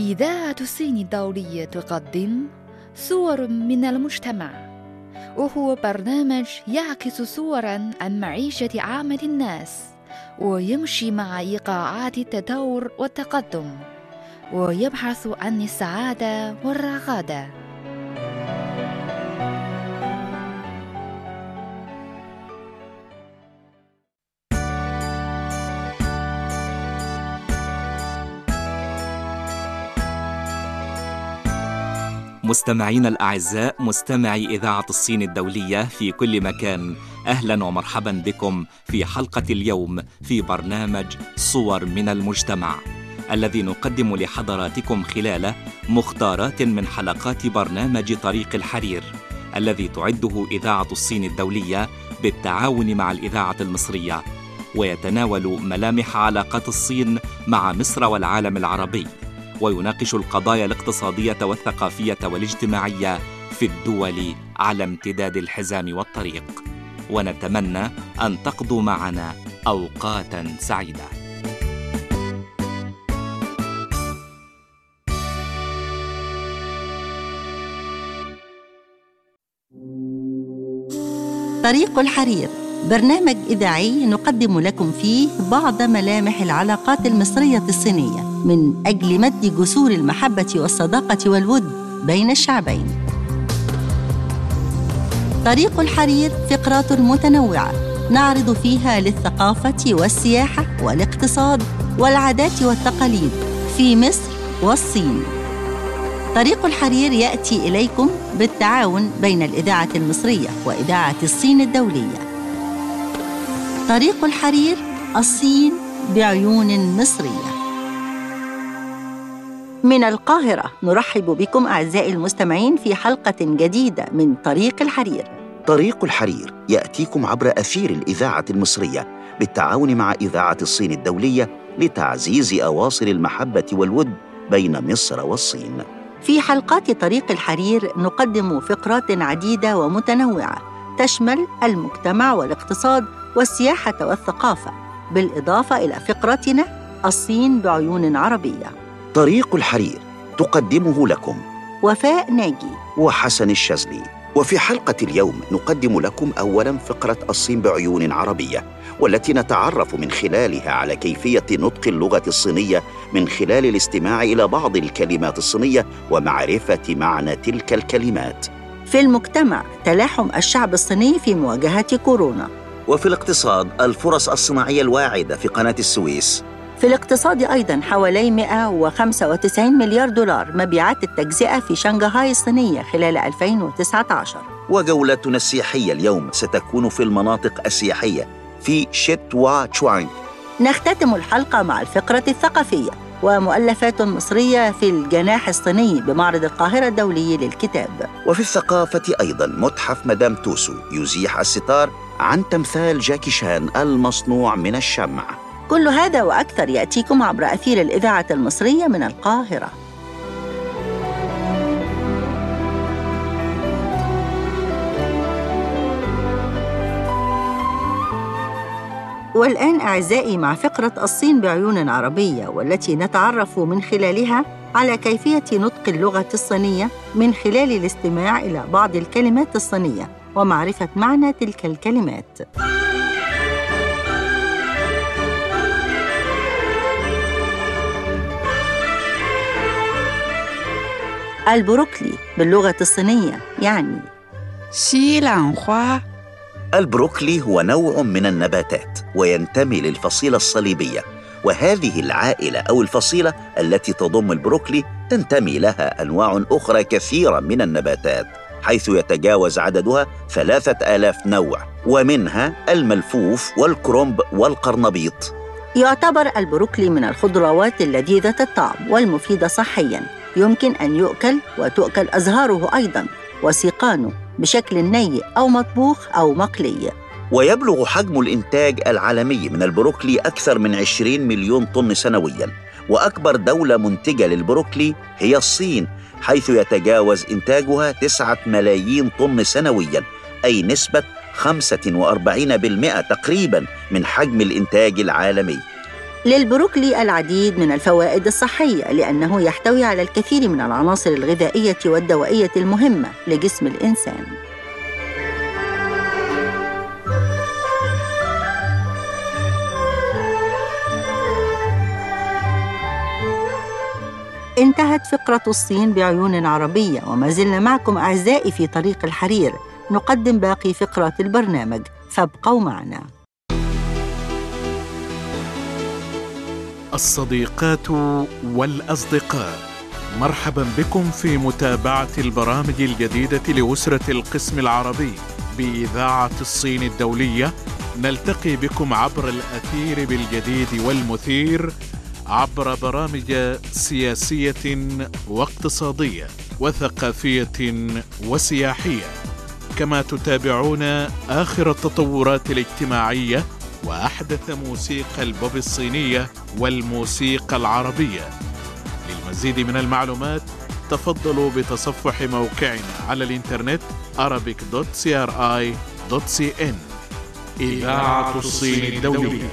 إذاعة الصين الدولية تقدم صور من المجتمع، وهو برنامج يعكس صوراً عن معيشة عامة الناس، ويمشي مع إيقاعات التطور والتقدم، ويبحث عن السعادة والرغادة. مستمعينا الأعزاء، مستمعي إذاعة الصين الدولية في كل مكان، أهلا ومرحبا بكم في حلقة اليوم في برنامج صور من المجتمع، الذي نقدم لحضراتكم خلاله مختارات من حلقات برنامج طريق الحرير، الذي تعده إذاعة الصين الدولية بالتعاون مع الإذاعة المصرية، ويتناول ملامح علاقات الصين مع مصر والعالم العربي، ويناقش القضايا الاقتصادية والثقافية والاجتماعية في الدول على امتداد الحزام والطريق. ونتمنى أن تقضوا معنا أوقاتاً سعيدة. طريق الحرير، برنامج إذاعي نقدم لكم فيه بعض ملامح العلاقات المصرية الصينية من أجل مد جسور المحبة والصداقة والود بين الشعبين. طريق الحرير فقرات متنوعة نعرض فيها للثقافة والسياحة والاقتصاد والعادات والتقاليد في مصر والصين. طريق الحرير يأتي إليكم بالتعاون بين الإذاعة المصرية وإذاعة الصين الدولية. طريق الحرير، الصين بعيون مصرية. من القاهرة نرحب بكم أعزائي المستمعين في حلقة جديدة من طريق الحرير. طريق الحرير يأتيكم عبر أثير الإذاعة المصرية بالتعاون مع إذاعة الصين الدولية لتعزيز أواصر المحبة والود بين مصر والصين. في حلقات طريق الحرير نقدم فقرات عديدة ومتنوعة تشمل المجتمع والاقتصاد والسياحة والثقافة، بالإضافة إلى فقرتنا الصين بعيون عربية. طريق الحرير تقدمه لكم وفاء ناجي وحسن الشاذلي. وفي حلقة اليوم نقدم لكم أولاً فقرة الصين بعيون عربية، والتي نتعرف من خلالها على كيفية نطق اللغة الصينية من خلال الاستماع إلى بعض الكلمات الصينية ومعرفة معنى تلك الكلمات. في المجتمع تلاحم الشعب الصيني في مواجهة كورونا. وفي الاقتصاد الفرص الصناعية الواعدة في قناة السويس. في الاقتصاد أيضاً حوالي 195 مليار دولار مبيعات التجزئة في شنغهاي الصينية خلال 2019. وجولتنا السياحية اليوم ستكون في المناطق السياحية في شيتوا تشوانغ. نختتم الحلقة مع الفقرة الثقافية ومؤلفات مصرية في الجناح الصيني بمعرض القاهرة الدولي للكتاب. وفي الثقافة أيضاً متحف مدام توسو يزيح الستار عن تمثال جاكي شان المصنوع من الشمع. كل هذا وأكثر يأتيكم عبر أثير الإذاعة المصرية من القاهرة. والآن أعزائي مع فقرة الصين بعيون عربية، والتي نتعرف من خلالها على كيفية نطق اللغة الصينية من خلال الاستماع إلى بعض الكلمات الصينية ومعرفة معنى تلك الكلمات. البروكلي باللغة الصينية يعني سيلانخوا. البروكلي هو نوع من النباتات وينتمي للفصيلة الصليبية، وهذه العائلة أو الفصيلة التي تضم البروكلي تنتمي لها أنواع أخرى كثيرة من النباتات، حيث يتجاوز عددها 3000 نوع، ومنها الملفوف والكرنب والقرنبيط. يعتبر البروكلي من الخضروات اللذيذة الطعم والمفيدة صحياً، يمكن أن يؤكل وتؤكل أزهاره أيضاً وسيقانه بشكل ني أو مطبوخ أو مقلي. ويبلغ حجم الإنتاج العالمي من البروكلي أكثر من 20 مليون طن سنوياً، وأكبر دولة منتجة للبروكلي هي الصين، حيث يتجاوز إنتاجها 9 ملايين طن سنوياً، أي نسبة 45% تقريباً من حجم الإنتاج العالمي. للبروكلي العديد من الفوائد الصحية لأنه يحتوي على الكثير من العناصر الغذائية والدوائية المهمة لجسم الإنسان. انتهت فقرة الصين بعيون عربية، وما زلنا معكم أعزائي في طريق الحرير نقدم باقي فقرات البرنامج، فابقوا معنا. الصديقات والأصدقاء، مرحبا بكم في متابعة البرامج الجديدة لأسرة القسم العربي بإذاعة الصين الدولية. نلتقي بكم عبر الأثير بالجديد والمثير، عبر برامج سياسية واقتصادية وثقافية وسياحية، كما تتابعون آخر التطورات الاجتماعية وأحدث موسيقى البوب الصينية والموسيقى العربية. للمزيد من المعلومات تفضلوا بتصفح موقعنا على الإنترنت arabic.cri.cn. إذاعة الصين الدولية.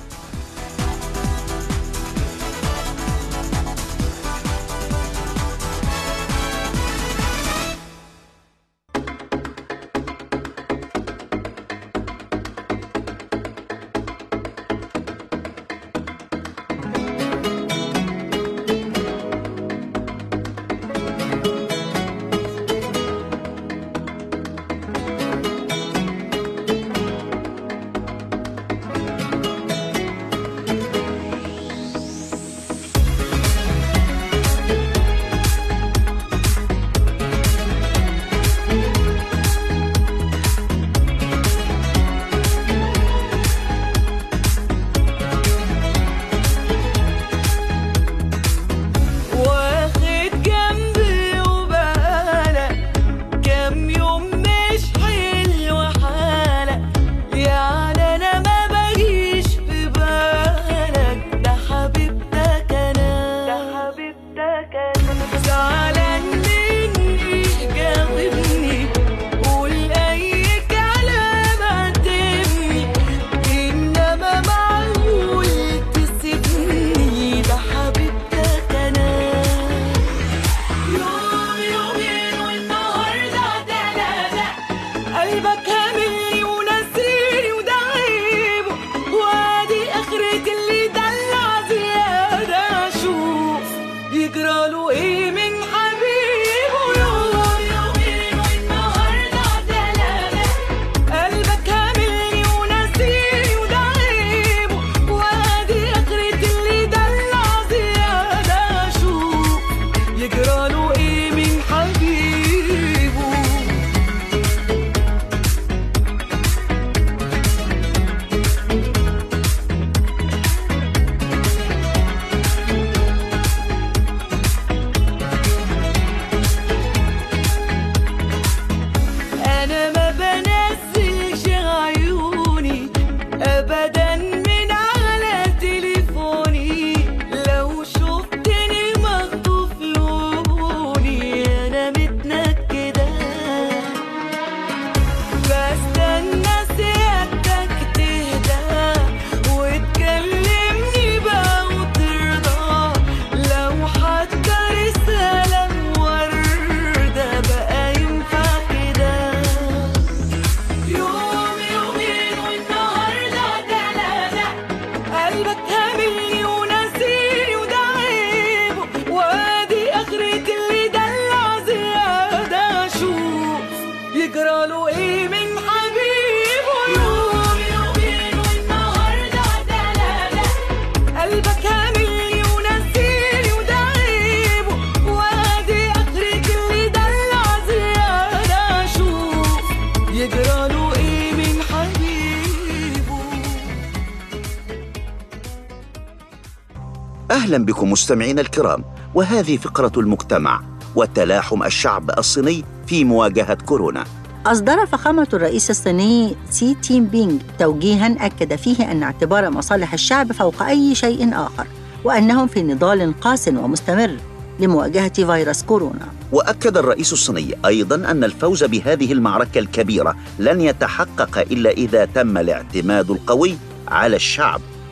أهلا بكم مستمعينا الكرام، وهذه فقرة المجتمع وتلاحم الشعب الصيني في مواجهة كورونا. أصدر فخامة الرئيس الصيني سي تين بينغ توجيهاً أكد فيه أن اعتبار مصالح الشعب فوق أي شيء آخر، وأنهم في نضال قاس ومستمر لمواجهة فيروس كورونا. وأكد الرئيس الصيني أيضاً أن الفوز بهذه المعركة الكبيرة لن يتحقق إلا إذا تم الاعتماد القوي على الشعب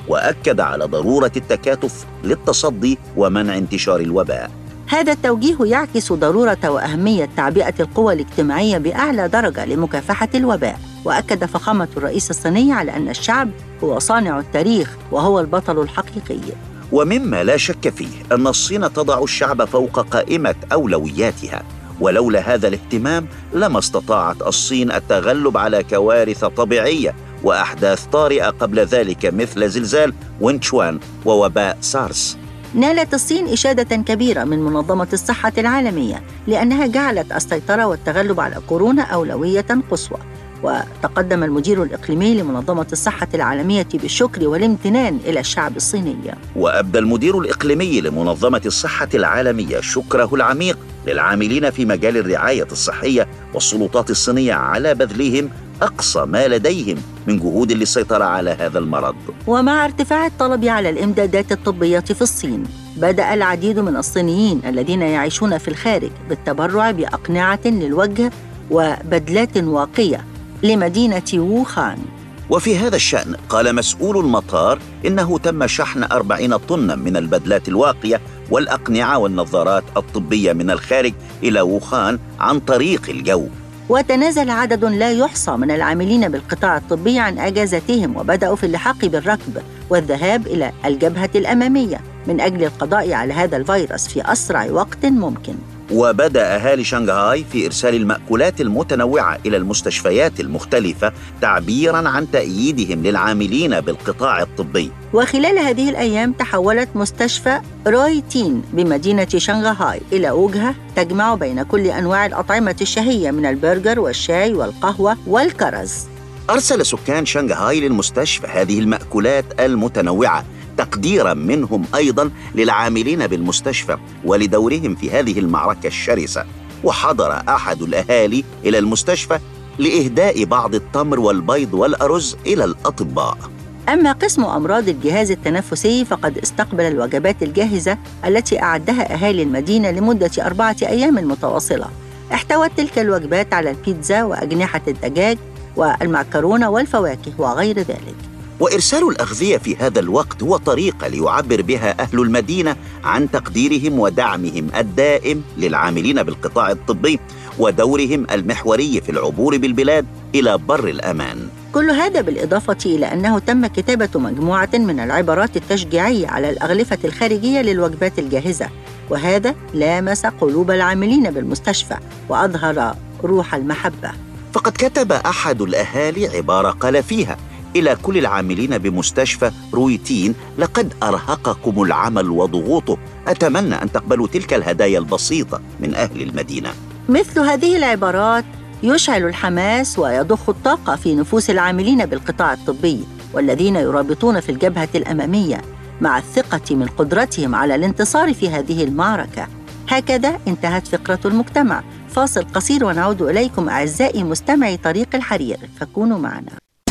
وأكد على ضرورة التكاتف للتصدي ومنع انتشار الوباء. هذا التوجيه يعكس ضرورة وأهمية تعبئة القوى الاجتماعية بأعلى درجة لمكافحة الوباء. وأكد فخامة الرئيس الصيني على أن الشعب هو صانع التاريخ وهو البطل الحقيقي. ومما لا شك فيه أن الصين تضع الشعب فوق قائمة أولوياتها، ولولا هذا الاهتمام لما استطاعت الصين التغلب على كوارث طبيعية وأحداث طارئة قبل ذلك مثل زلزال وينتشوان ووباء سارس. نالت الصين إشادة كبيرة من منظمة الصحة العالمية لأنها جعلت السيطرة والتغلب على كورونا أولوية قصوى. وتقدم المدير الإقليمي لمنظمة الصحة العالمية بالشكر والامتنان إلى الشعب الصيني. وأبدى المدير الإقليمي لمنظمة الصحة العالمية شكره العميق للعاملين في مجال الرعاية الصحية والسلطات الصينية على بذلهم أقصى ما لديهم من جهود للسيطرة على هذا المرض. ومع ارتفاع الطلب على الإمدادات الطبية في الصين، بدأ العديد من الصينيين الذين يعيشون في الخارج بالتبرع بأقنعة للوجه وبدلات واقية لمدينة ووخان. وفي هذا الشأن قال مسؤول المطار إنه تم شحن 40 طنا من البدلات الواقية والأقنعة والنظارات الطبية من الخارج إلى ووخان عن طريق الجو. وتنازل عدد لا يحصى من العاملين بالقطاع الطبي عن أجازتهم وبدأوا في اللحاق بالركب والذهاب إلى الجبهة الأمامية من أجل القضاء على هذا الفيروس في أسرع وقت ممكن. وبدأ أهالي شنغهاي في إرسال المأكولات المتنوعة إلى المستشفيات المختلفة تعبيراً عن تأييدهم للعاملين بالقطاع الطبي. وخلال هذه الأيام تحولت مستشفى روي تين بمدينة شنغهاي إلى وجهة تجمع بين كل أنواع الأطعمة الشهية من البرجر والشاي والقهوة والكرز. أرسل سكان شنغهاي للمستشفى هذه المأكولات المتنوعة تقديراً منهم أيضاً للعاملين بالمستشفى ولدورهم في هذه المعركة الشرسة. وحضر أحد الأهالي إلى المستشفى لإهداء بعض التمر والبيض والأرز إلى الأطباء. أما قسم أمراض الجهاز التنفسي فقد استقبل الوجبات الجاهزة التي أعدها أهالي المدينة لمدة 4 أيام متواصلة. احتوت تلك الوجبات على البيتزا وأجنحة الدجاج والمعكرونة والفواكه وغير ذلك. وإرسال الأغذية في هذا الوقت هو طريقة ليعبر بها أهل المدينة عن تقديرهم ودعمهم الدائم للعاملين بالقطاع الطبي ودورهم المحوري في العبور بالبلاد إلى بر الأمان. كل هذا بالإضافة إلى أنه تم كتابة مجموعة من العبارات التشجيعية على الأغلفة الخارجية للوجبات الجاهزة، وهذا لامس قلوب العاملين بالمستشفى وأظهر روح المحبة. فقد كتب أحد الأهالي عبارة قال فيها: إلى كل العاملين بمستشفى رويتين، لقد أرهقكم العمل وضغوطه، أتمنى أن تقبلوا تلك الهدايا البسيطة من أهل المدينة. مثل هذه العبارات يشعل الحماس ويضخ الطاقة في نفوس العاملين بالقطاع الطبي والذين يرابطون في الجبهة الأمامية مع الثقة من قدرتهم على الانتصار في هذه المعركة. هكذا انتهت فقرة المجتمع. فاصل قصير ونعود إليكم أعزائي مستمعي طريق الحرير، فكونوا معنا.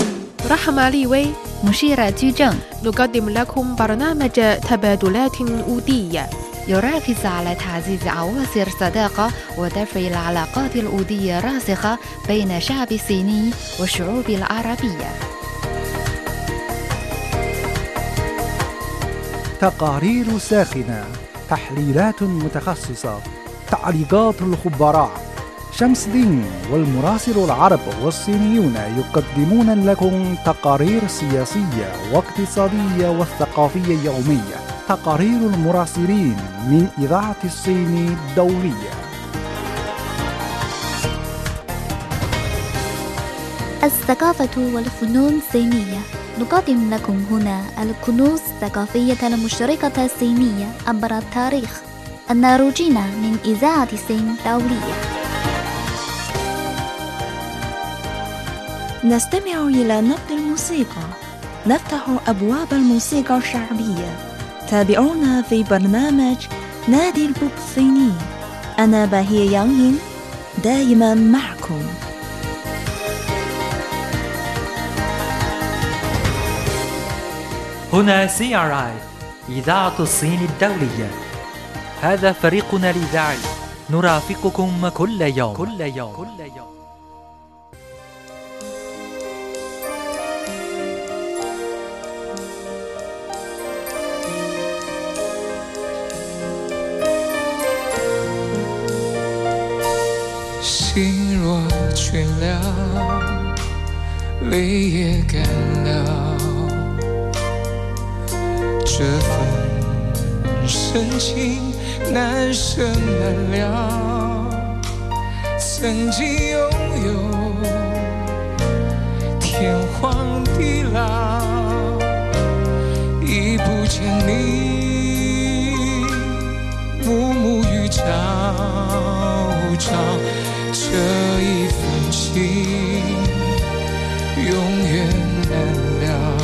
رحمة لي وي مشيرة جوجن نقدم لكم برنامج تبادلات أودية يركز على تعزيز عواصر الصداقة ودفع العلاقات الأودية الراسخة بين الشعب الصيني والشعوب العربية. تقارير ساخنة، تحليلات متخصصة، تعليقات الخبراء. شمس الدين والمراسل العرب والصينيون يقدمون لكم تقارير سياسية واقتصادية وثقافية يومية. تقارير المراسلين من إذاعة الصين الدولية. الثقافة والفنون الصينية. نقدم لكم هنا الكنوز الثقافية المشتركة الصينية عبر التاريخ. الناروجين من إذاعة الصين الدولية. نستمع إلى نبض الموسيقى، نفتح أبواب الموسيقى الشعبية. تابعونا في برنامج نادي البوب الصيني. أنا باهية يانغين، دائما معكم. هنا CRI إذاعة الصين الدولية. هذا فريقنا الإذاعي، نرافقكم كل يوم. 心若倦了，泪也干了，这份深情难舍难了。曾经拥有天荒地老，已不见你暮暮与朝朝，这一份情永远难了。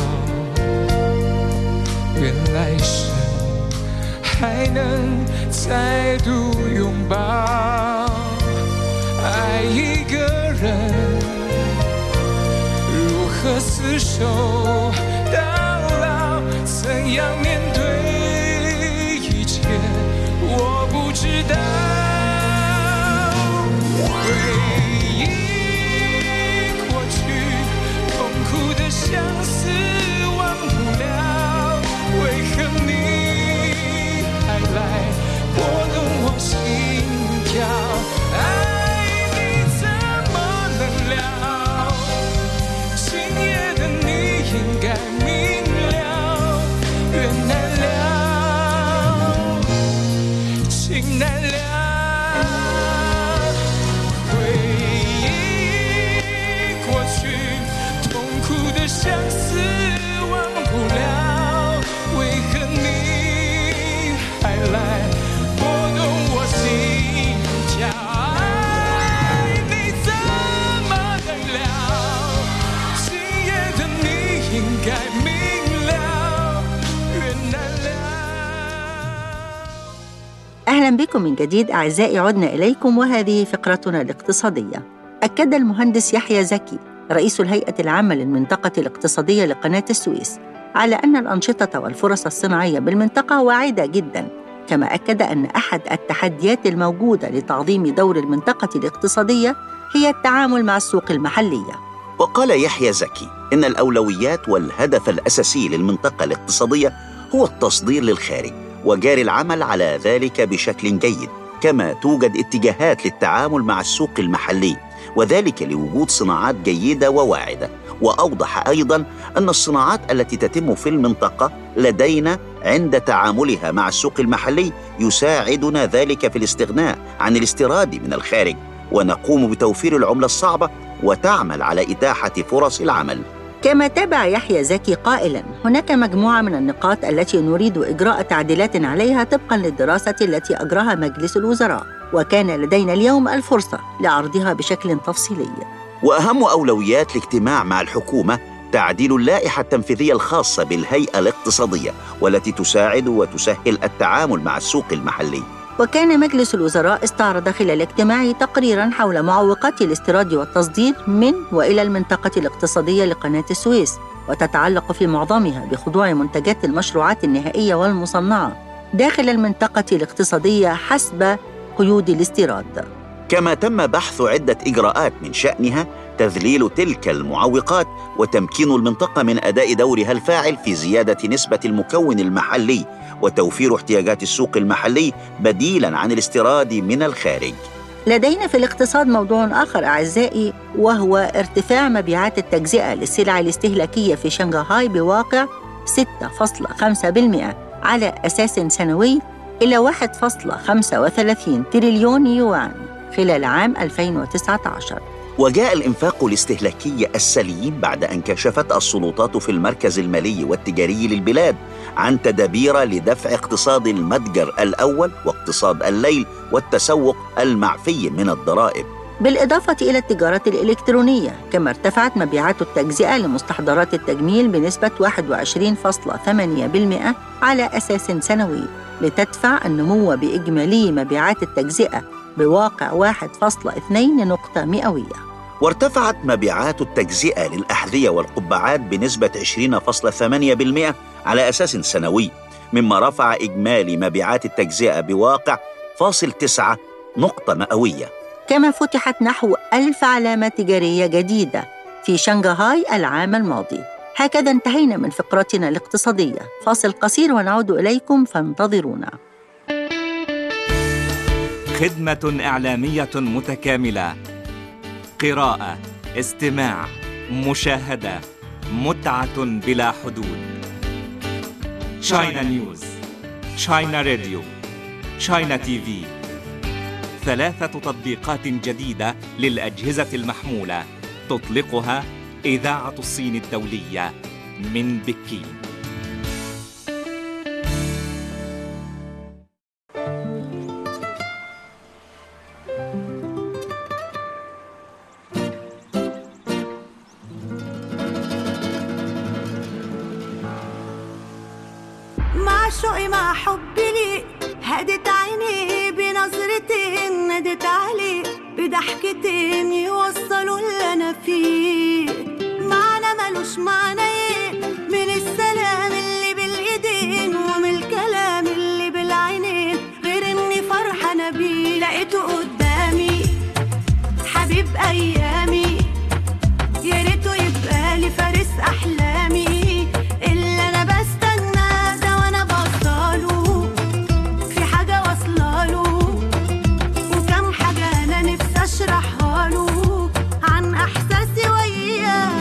愿来生还能再度拥抱，爱一个人如何厮守到老，怎样面对一切我不知道。回忆过去，痛苦的相思忘不了，为何你还来拨动我心跳？爱你怎么能了？今夜的你应该明了，缘难了，情难了。相思忘不了，为何你还来拨动我心跳？爱你怎么能了？今夜的你应该明了，缘难了。 أهلا بكم من جديد أعزائي، عدنا إليكم وهذه فقرتنا الاقتصادية. أكد المهندس يحيى زكي رئيس الهيئة العامة للمنطقة الاقتصادية لقناة السويس على أن الأنشطة والفرص الصناعية بالمنطقة واعدة جداً، كما أكد أن أحد التحديات الموجودة لتعظيم دور المنطقة الاقتصادية هي التعامل مع السوق المحلية. وقال يحيى زكي إن الأولويات والهدف الأساسي للمنطقة الاقتصادية هو التصدير للخارج، وجاري العمل على ذلك بشكل جيد، كما توجد اتجاهات للتعامل مع السوق المحلي، وذلك لوجود صناعات جيدة وواعدة. وأوضح أيضاً أن الصناعات التي تتم في المنطقة لدينا عند تعاملها مع السوق المحلي يساعدنا ذلك في الاستغناء عن الاستيراد من الخارج، ونقوم بتوفير العملة الصعبة وتعمل على إتاحة فرص العمل. كما تابع يحيى زكي قائلاً: هناك مجموعة من النقاط التي نريد إجراء تعديلات عليها طبقاً للدراسة التي أجراها مجلس الوزراء، وكان لدينا اليوم الفرصة لعرضها بشكل تفصيلي. وأهم أولويات الاجتماع مع الحكومة تعديل اللائحة التنفيذية الخاصة بالهيئة الاقتصادية، والتي تساعد وتسهل التعامل مع السوق المحلي. وكان مجلس الوزراء استعرض خلال اجتماعه تقريراً حول معوقات الاستيراد والتصدير من وإلى المنطقة الاقتصادية لقناة السويس، وتتعلق في معظمها بخضوع منتجات المشروعات النهائية والمصنعة داخل المنطقة الاقتصادية حسب قيود الاستيراد. كما تم بحث عدة إجراءات من شأنها تذليل تلك المعوقات وتمكين المنطقة من أداء دورها الفاعل في زيادة نسبة المكون المحلي وتوفير احتياجات السوق المحلي بديلاً عن الاستيراد من الخارج. لدينا في الاقتصاد موضوع آخر أعزائي، وهو ارتفاع مبيعات التجزئة للسلع الاستهلاكية في شنغهاي بواقع 6.5% على أساس سنوي إلى 1.35 تريليون يوان خلال عام 2019. وجاء الإنفاق الاستهلاكي السليم بعد أن كشفت السلطات في المركز المالي والتجاري للبلاد عن تدابير لدفع اقتصاد المتجر الأول واقتصاد الليل والتسوق المعفي من الضرائب، بالإضافة إلى التجارة الإلكترونية. كما ارتفعت مبيعات التجزئة لمستحضرات التجميل بنسبة 21.8% على أساس سنوي، لتدفع النمو بإجمالي مبيعات التجزئة بواقع 1.2 نقطة مئوية. وارتفعت مبيعات التجزئة للأحذية والقبعات بنسبة 20.8% على أساس سنوي، مما رفع إجمالي مبيعات التجزئة بواقع 0.9 نقطة مئوية. كما فتحت نحو 1000 علامة تجارية جديدة في شنغهاي العام الماضي. هكذا انتهينا من فقرتنا الاقتصادية. فاصل قصير ونعود إليكم، فانتظرونا. خدمة إعلامية متكاملة قراءة، استماع، مشاهدة، متعة بلا حدود. تشاينا نيوز، تشاينا راديو، تشاينا تي في، 3 تطبيقات جديدة للأجهزة المحمولة تطلقها إذاعة الصين الدولية من بكين. مع شوقي مع حبي لي هدت عيني بنظرتين، نادت علي بضحكتين يوصلوا اللي انا فيه. معنى ملوش معنى ايه من السلام اللي بالايدين ومن الكلام اللي بالعينين، غير اني فرحانه بيه. لقيته قدامي حبيب ايامي، يا ريته يبقى لي فارس احلامي. اللي انا بستنى ده وانا بوصله، في حاجه واصلاله وكم حاجه انا نفسي اشرحها له عن احساسي وياك.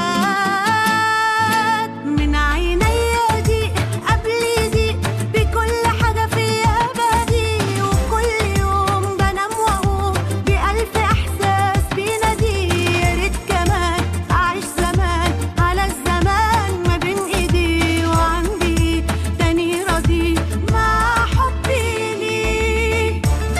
من عينيا دي قبل دي بكل حاجه فيا بدي، وكل يوم بنام واقوم بألف احساس بينادي. يا ريت كمان اعيش زمان على الزمان ما بين ايدي، وعندي تاني راضي مع حبي ليه.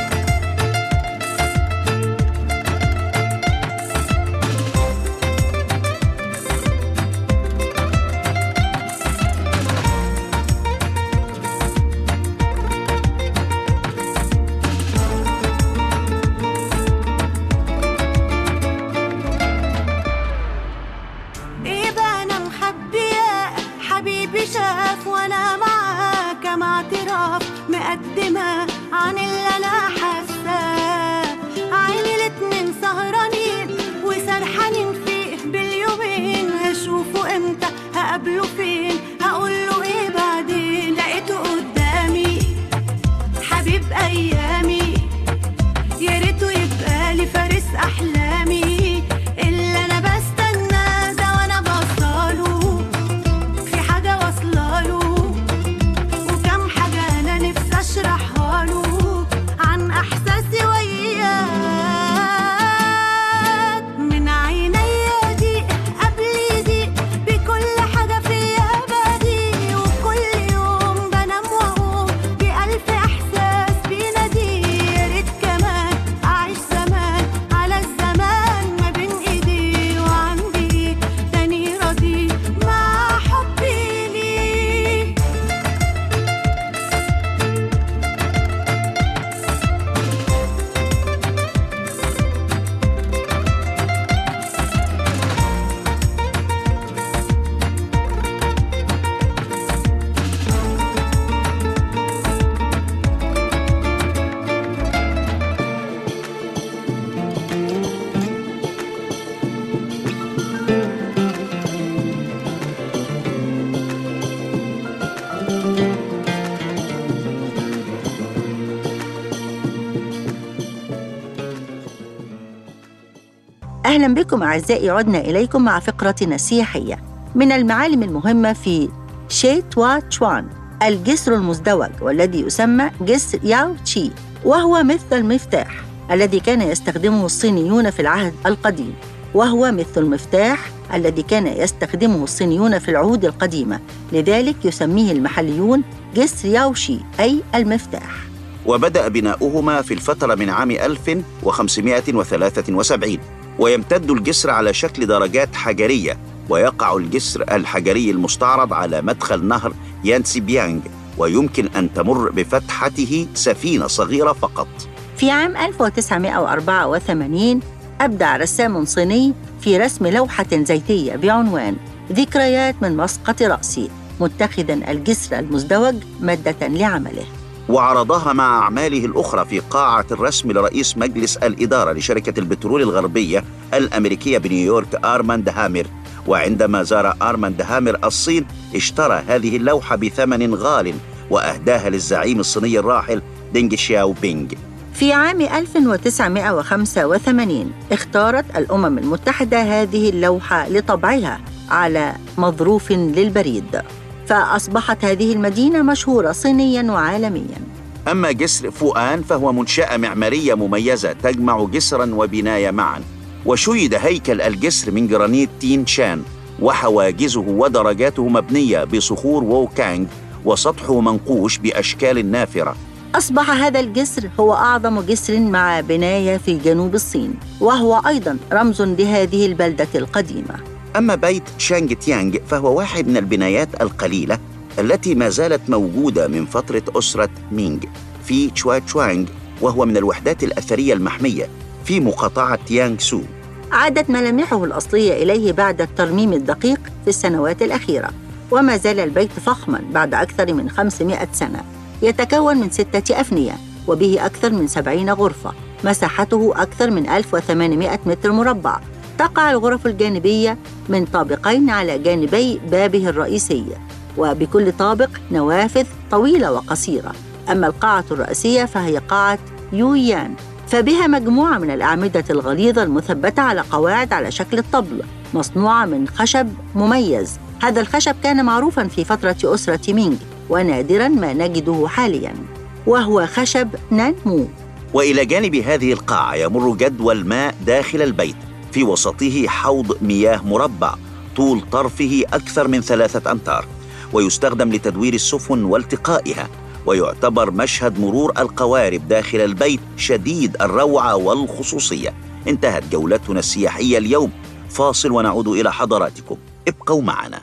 ايه بقى انا مخبيه، حبيبي شاف وانا معاه كم اعتراف مقدمه عن اللي انا حاساه. عيني الاتنين سهرانين وسرحانين فيه باليومين، هشوفه امتى هقابله فين هقوله ايه بعدين. لقيته قدامي حبيب ايامي، يا ريته يبقى لي فارس احلامي. اللي انا بستنى ده وانا بوصله، في حاجه واصلاله وكم حاجه انا نفسي اشرحها له عن احساسي وياك. من عينيا دي قبل دي بكل حاجه فيا بدي، وكل يوم بنام واقوم بألف احساس بينادي. يا ريت كمان اعيش زمان على الزمان ما بين ايدي، وعندي تاني راضي مع حبي ليه. أهلا بكم أعزائي، عدنا إليكم مع فقرتنا السياحية. من المعالم المهمة في شي توا تشوان الجسر المزدوج، والذي يسمى جسر ياو تشي، وهو مثل المفتاح الذي كان يستخدمه الصينيون في العهد القديم، في العهود القديمة، لذلك يسميه المحليون جسر ياوشي أي المفتاح. وبدأ بناؤهما في الفترة من عام 1573، ويمتد الجسر على شكل درجات حجرية، ويقع الجسر الحجري المستعرض على مدخل نهر يانسي بيانغ، ويمكن أن تمر بفتحته سفينة صغيرة فقط. في عام 1984 أبدع رسام صيني في رسم لوحة زيتية بعنوان ذكريات من مسقط رأسي، متخذاً الجسر المزدوج مادة لعمله. وعرضها مع أعماله الأخرى في قاعة الرسم لرئيس مجلس الإدارة لشركة البترول الغربية الأمريكية بنيويورك آرماند هامر. وعندما زار آرماند هامر الصين اشترى هذه اللوحة بثمن غال وأهداها للزعيم الصيني الراحل دينغ شياو بينغ. في عام 1985 اختارت الأمم المتحدة هذه اللوحة لطبعها على مظروف للبريد، فأصبحت هذه المدينة مشهورة صينياً وعالمياً. أما جسر فؤان فهو منشأة معمارية مميزة تجمع جسراً وبناية معاً، وشيد هيكل الجسر من جرانيت تين شان، وحواجزه ودرجاته مبنية بصخور ووكانج، وسطحه منقوش بأشكال نافرة. أصبح هذا الجسر هو أعظم جسر مع بناية في جنوب الصين، وهو أيضاً رمز لهذه البلدة القديمة. أما بيت تشانغ تيانغ فهو واحد من البنايات القليلة التي ما زالت موجودة من فترة أسرة مينغ في تشوا تشوانغ، وهو من الوحدات الأثرية المحمية في مقاطعة تيانغ سو. عادت ملامحه الأصلية إليه بعد الترميم الدقيق في السنوات الأخيرة، وما زال البيت فخماً بعد أكثر من 500 سنة. يتكون من 6 أفنية، وبه أكثر من 70 غرفة، مساحته أكثر من 1800 متر مربع. تقع الغرف الجانبية من طابقين على جانبي بابه الرئيسي، وبكل طابق نوافذ طويلة وقصيرة. أما القاعة الرئيسية فهي قاعة يويان، فبها مجموعة من الأعمدة الغليظة المثبتة على قواعد على شكل الطبل، مصنوعة من خشب مميز. هذا الخشب كان معروفاً في فترة أسرة مينغ، ونادراً ما نجده حالياً، وهو خشب نانمو. وإلى جانب هذه القاعة يمر جدول ماء داخل البيت، في وسطه حوض مياه مربع طول طرفه أكثر من 3 أمتار، ويستخدم لتدوير السفن والتقائها، ويعتبر مشهد مرور القوارب داخل البيت شديد الروعة والخصوصية. انتهت جولتنا السياحية اليوم، فاصل ونعود إلى حضراتكم، ابقوا معنا.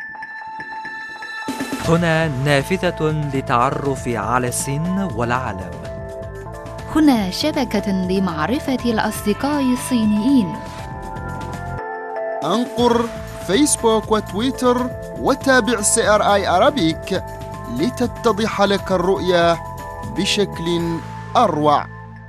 هنا نافذة للتعرف على الصين والعالم. هنا شبكة لمعرفة الأصدقاء الصينيين. أنقر فيسبوك وتويتر وتابع CRI أرابيك لتتضح لك الرؤية بشكل أروع.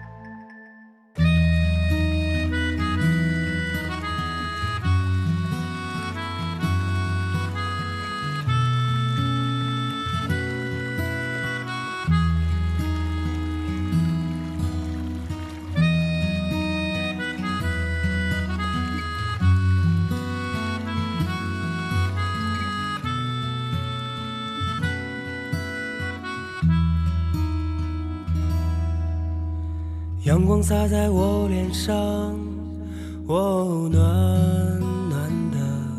阳光洒在我脸上，哦，暖暖的。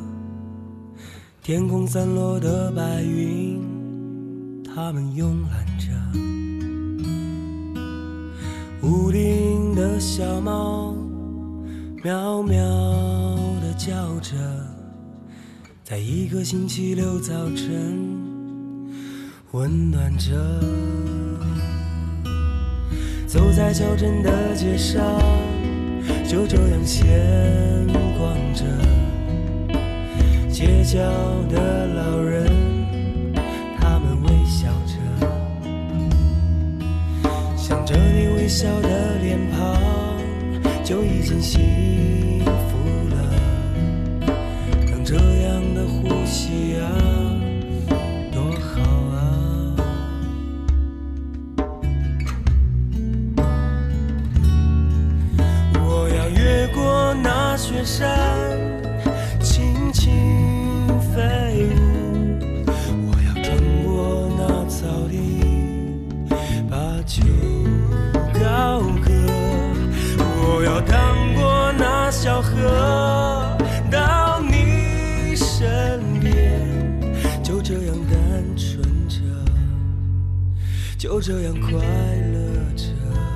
天空散落的白云，它们慵懒着。屋顶的小猫，喵喵地叫着。在一个星期六早晨，温暖着。走在小镇的街上，就这样闲逛着。街角的老人，他们微笑着，想着你微笑的脸庞，就已经幸福了。能这样的呼吸啊，多好啊！我要越过那雪山，轻轻飞舞，我要穿过那草地，把酒高歌，我要趟过那小河，到你身边，就这样单纯着，就这样快乐着。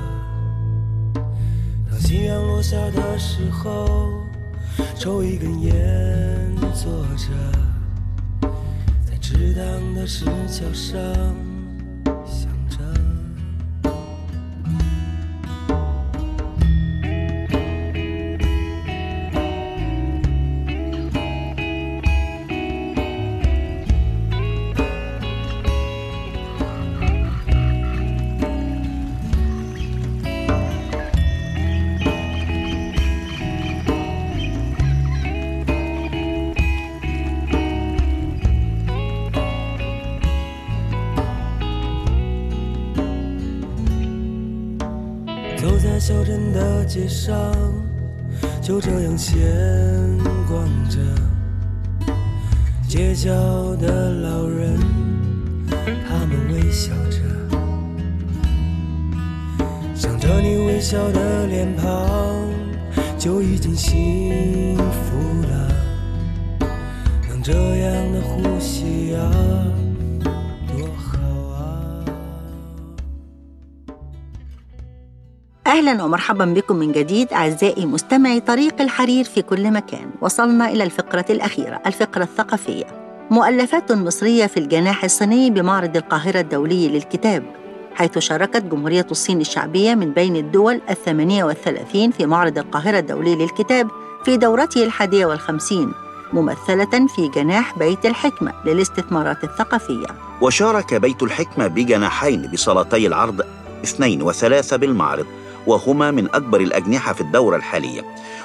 当夕阳落下的时候，抽一根烟，坐着在池塘的石桥上，想着。 在小镇的街上，就这样闲逛着，街角的老人，他们微笑着，想着你微笑的脸庞，就已经幸福了。能这样的呼吸啊，多好啊！ أهلا ومرحبا بكم من جديد أعزائي مستمعي طريق الحرير في كل مكان. وصلنا إلى الفقرة الأخيرة، الفقرة الثقافية. مؤلفات مصرية في الجناح الصيني بمعرض القاهرة الدولي للكتاب، حيث شاركت جمهورية الصين الشعبية من بين الدول 38 في معرض القاهرة الدولي للكتاب في دورته 51، ممثلة في جناح بيت الحكمة للاستثمارات الثقافية. وشارك بيت الحكمة بجناحين بصالتي العرض 2 و3 بالمعرض، وهما من أكبر الأجنحة في الدورة الحالية.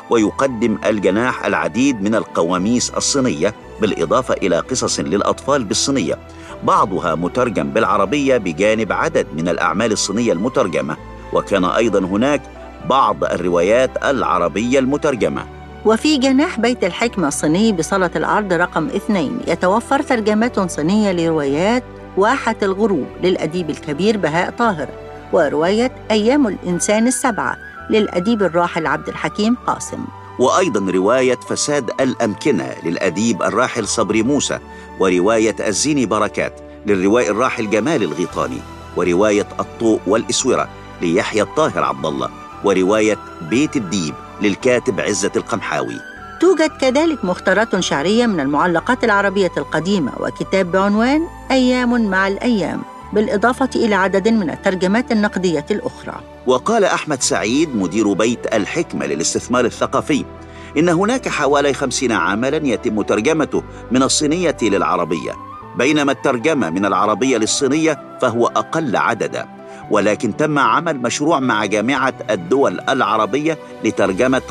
ويقدم الجناح العديد من القواميس الصينية، بالإضافة إلى قصص للأطفال بالصينية، بعضها مترجم بالعربية بجانب عدد من الأعمال الصينية المترجمة. وكان أيضا هناك بعض الروايات العربية المترجمة. وفي جناح بيت الحكمة الصيني بصالة العرض رقم 2 يتوفر ترجمات صينية لروايات واحة الغروب للأديب الكبير بهاء طاهر، ورواية أيام الإنسان السبعة للأديب الراحل عبد الحكيم قاسم، وأيضا رواية فساد الأمكنة للأديب الراحل صبري موسى، ورواية الزيني بركات للروائي الراحل جمال الغيطاني، ورواية الطوء والإسورة ليحيى الطاهر عبد الله، ورواية بيت الديب للكاتب عزة القمحاوي. توجد كذلك مختارات شعرية من المعلقات العربية القديمة، وكتاب بعنوان أيام مع الأيام، بالإضافة إلى عدد من الترجمات النقدية الأخرى. وقال أحمد سعيد مدير بيت الحكمة للاستثمار الثقافي إن هناك حوالي 50 عملاً يتم ترجمته من الصينية للعربية، بينما الترجمة من العربية للصينية فهو أقل عدداً. ولكن تم عمل مشروع مع جامعة الدول العربية لترجمة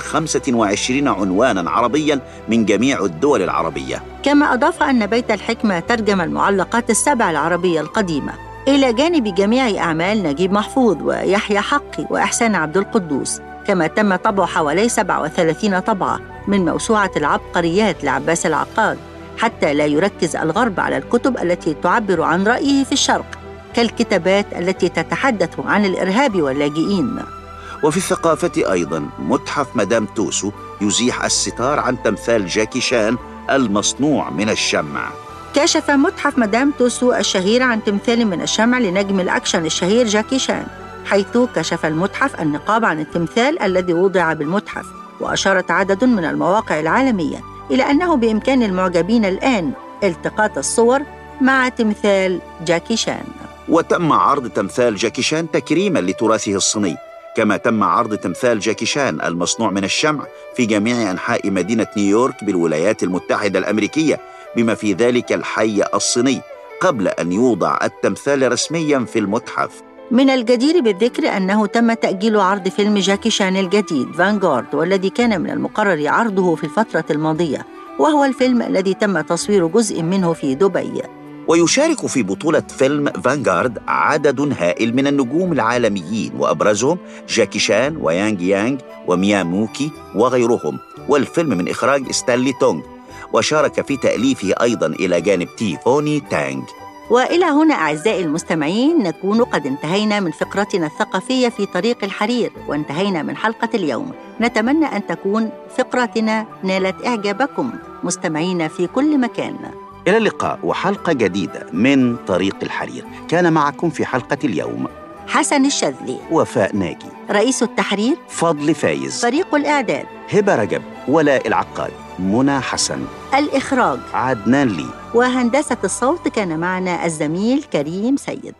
25 عنواناً عربياً من جميع الدول العربية. كما أضاف أن بيت الحكمة ترجم المعلقات 7 العربية القديمة، إلى جانب جميع أعمال نجيب محفوظ ويحيى حقي وإحسان عبد القدوس. كما تم طبع حوالي 37 طبعة من موسوعة العبقريات لعباس العقاد، حتى لا يركز الغرب على الكتب التي تعبر عن رأيه في الشرق، كالكتابات التي تتحدث عن الإرهاب واللاجئين. وفي الثقافة أيضاً متحف مدام توسو يزيح الستار عن تمثال جاكي شان المصنوع من الشمع. كشف متحف مدام توسو الشهير عن تمثال من الشمع لنجم الأكشن الشهير جاكي شان، حيث كشف المتحف النقاب عن التمثال الذي وضع بالمتحف. وأشارت عدد من المواقع العالمية إلى أنه بإمكان المعجبين الآن التقاط الصور مع تمثال جاكي شان. وتم عرض تمثال جاكي شان تكريماً لتراثه الصيني، كما تم عرض تمثال جاكي شان المصنوع من الشمع في جميع أنحاء مدينة نيويورك بالولايات المتحدة الأمريكية، بما في ذلك الحي الصيني، قبل أن يوضع التمثال رسمياً في المتحف. من الجدير بالذكر أنه تم تأجيل عرض فيلم جاكي شان الجديد فانغارد، والذي كان من المقرر عرضه في الفترة الماضية، وهو الفيلم الذي تم تصوير جزء منه في دبي. ويشارك في بطولة فيلم فانغارد عدد هائل من النجوم العالميين، وأبرزهم جاكي شان ويانغ يانغ ومياموكي وغيرهم، والفيلم من إخراج ستانلي تونغ، وشارك في تأليفه أيضاً إلى جانب تيفوني تانغ. وإلى هنا أعزائي المستمعين نكون قد انتهينا من فقرتنا الثقافية في طريق الحرير، وانتهينا من حلقة اليوم. نتمنى أن تكون فقرتنا نالت إعجابكم مستمعينا في كل مكان. إلى اللقاء وحلقة جديدة من طريق الحرير. كان معكم في حلقة اليوم حسن الشاذلي، وفاء ناجي، رئيس التحرير فضل فايز، فريق الإعداد هبة رجب، ولاء العقاد، منى حسن، الإخراج عدنان لي، وهندسة الصوت كان معنا الزميل كريم سيد.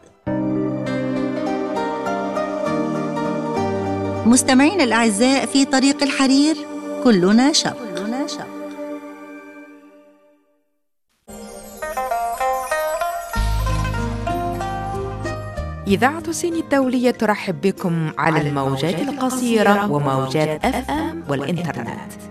مستمعين الأعزاء في طريق الحرير، كلنا شرق. إذاعة الصين الدولية ترحب بكم على الموجات القصيرة وموجات FM والإنترنت.